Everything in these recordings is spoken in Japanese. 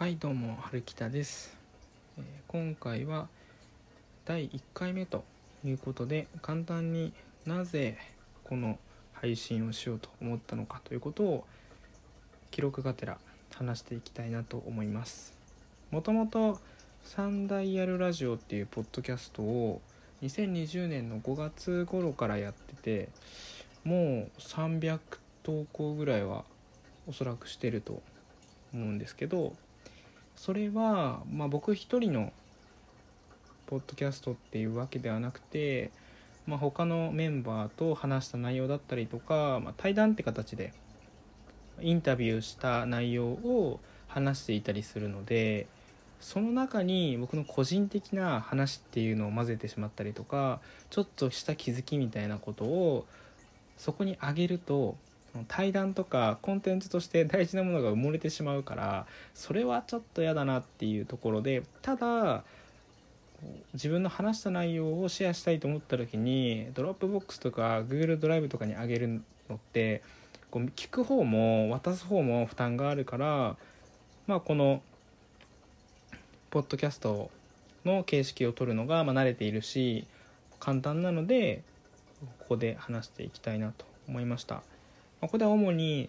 はいどうも春北です。今回は第1回目ということで、簡単になぜこの配信をしようと思ったのかということを記録がてら話していきたいなと思います。もともとサンダイヤルラジオっていうポッドキャストを2020年の5月頃からやってて、もう300投稿ぐらいはおそらくしてると思うんですけど、それは僕一人のポッドキャストっていうわけではなくて、他のメンバーと話した内容だったりとか、対談って形でインタビューした内容を話していたりするので、その中に僕の個人的な話っていうのを混ぜてしまったりとか、ちょっとした気づきみたいなことをそこにあげると、対談とかコンテンツとして大事なものが埋もれてしまうから、それはちょっと嫌だなっていうところで、ただ自分の話した内容をシェアしたいと思った時にドロップボックスとか Google ドライブとかに上げるのって聞く方も渡す方も負担があるから、このポッドキャストの形式を取るのが慣れているし簡単なので、ここで話していきたいなと思いました。ここでは主に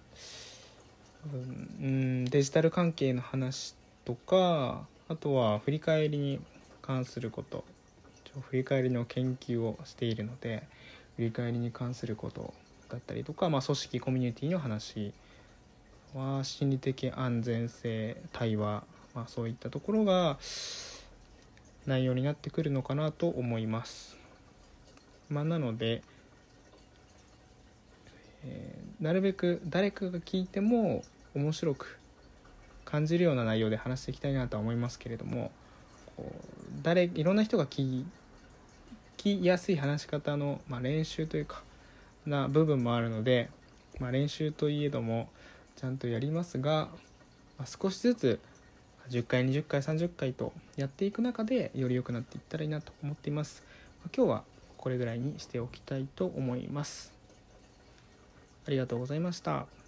デジタル関係の話とか、あとは振り返りに関すること、振り返りの研究をしているので、振り返りに関することだったりとか、組織コミュニティの話は心理的安全性、対話、そういったところが内容になってくるのかなと思います。なのでなるべく誰かが聞いても面白く感じるような内容で話していきたいなとは思いますけれども、いろんな人が聞きやすい話し方の、練習というかな部分もあるので、練習といえどもちゃんとやりますが、少しずつ10回20回30回とやっていく中でより良くなっていったらいいなと思っています。今日はこれぐらいにしておきたいと思います。ありがとうございました。